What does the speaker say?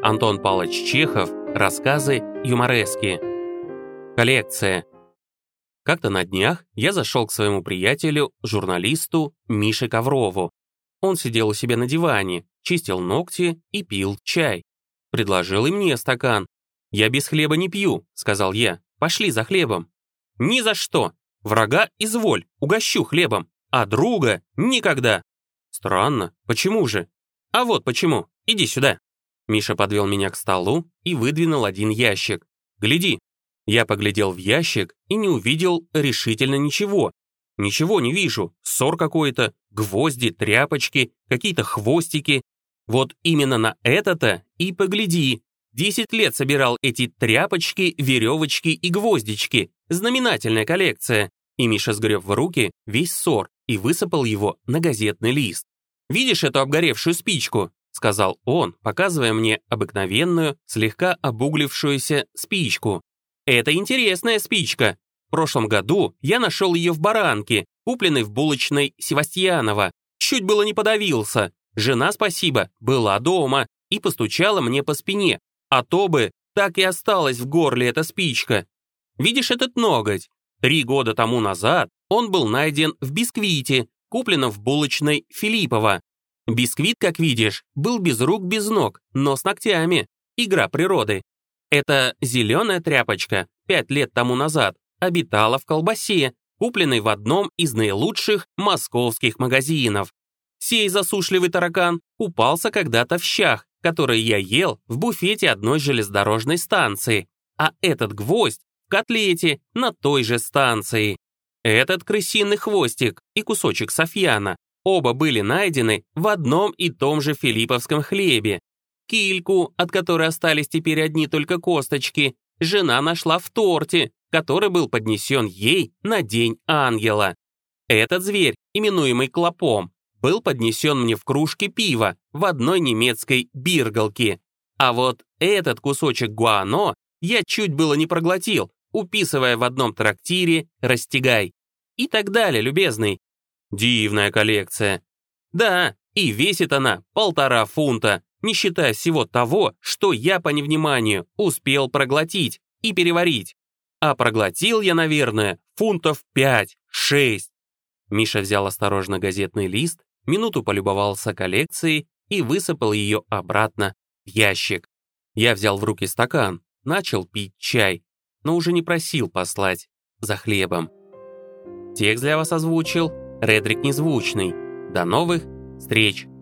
Антон Павлович Чехов. Рассказы юморески. Коллекция. Как-то на днях я зашел к своему приятелю, журналисту Мише Коврову. Он сидел у себя на диване, чистил ногти и пил чай. Предложил и мне стакан. «Я без хлеба не пью», — сказал я. «Пошли за хлебом». «Ни за что! Врага изволь, угощу хлебом, а друга никогда». «Странно, почему же?» «А вот почему. Иди сюда». Миша подвел меня к столу и выдвинул один ящик. «Гляди». Я поглядел в ящик и не увидел решительно ничего. Ничего не вижу. Ссор какой-то, гвозди, тряпочки, какие-то хвостики. Вот именно на это-то и погляди. 10 лет собирал эти тряпочки, веревочки и гвоздички. Знаменательная коллекция. И Миша сгреб в руки весь ссор и высыпал его на газетный лист. «Видишь эту обгоревшую спичку?» — сказал он, показывая мне обыкновенную, слегка обуглившуюся спичку. «Это интересная спичка. В прошлом году я нашел ее в баранке, купленной в булочной Севастьянова. Чуть было не подавился. Жена, спасибо, была дома и постучала мне по спине, а то бы так и осталась в горле эта спичка. Видишь этот ноготь? 3 года тому назад он был найден в бисквите, купленном в булочной Филиппова. Бисквит, как видишь, был без рук, без ног, но с ногтями. Игра природы. Эта зеленая тряпочка 5 лет тому назад обитала в колбасе, купленной в одном из наилучших московских магазинов. Сей засушливый таракан купался когда-то в щах, которые я ел в буфете одной железнодорожной станции, а этот гвоздь в котлете на той же станции. Этот крысиный хвостик и кусочек софьяна оба были найдены в одном и том же филипповском хлебе. Кильку, от которой остались теперь одни только косточки, жена нашла в торте, который был поднесен ей на День ангела. Этот зверь, именуемый клопом, был поднесен мне в кружке пива в одной немецкой биргалке. А вот этот кусочек гуано я чуть было не проглотил, уписывая в одном трактире «Растягай». И так далее, любезный. Дивная коллекция. Да, и весит она 1,5 фунта, не считая всего того, что я по невниманию успел проглотить и переварить. А проглотил я, наверное, фунтов 5-6. Миша взял осторожно газетный лист, минуту полюбовался коллекцией и высыпал ее обратно в ящик. Я взял в руки стакан, начал пить чай, но уже не просил послать за хлебом. Текст для вас озвучил Редрик Незвучный. До новых встреч!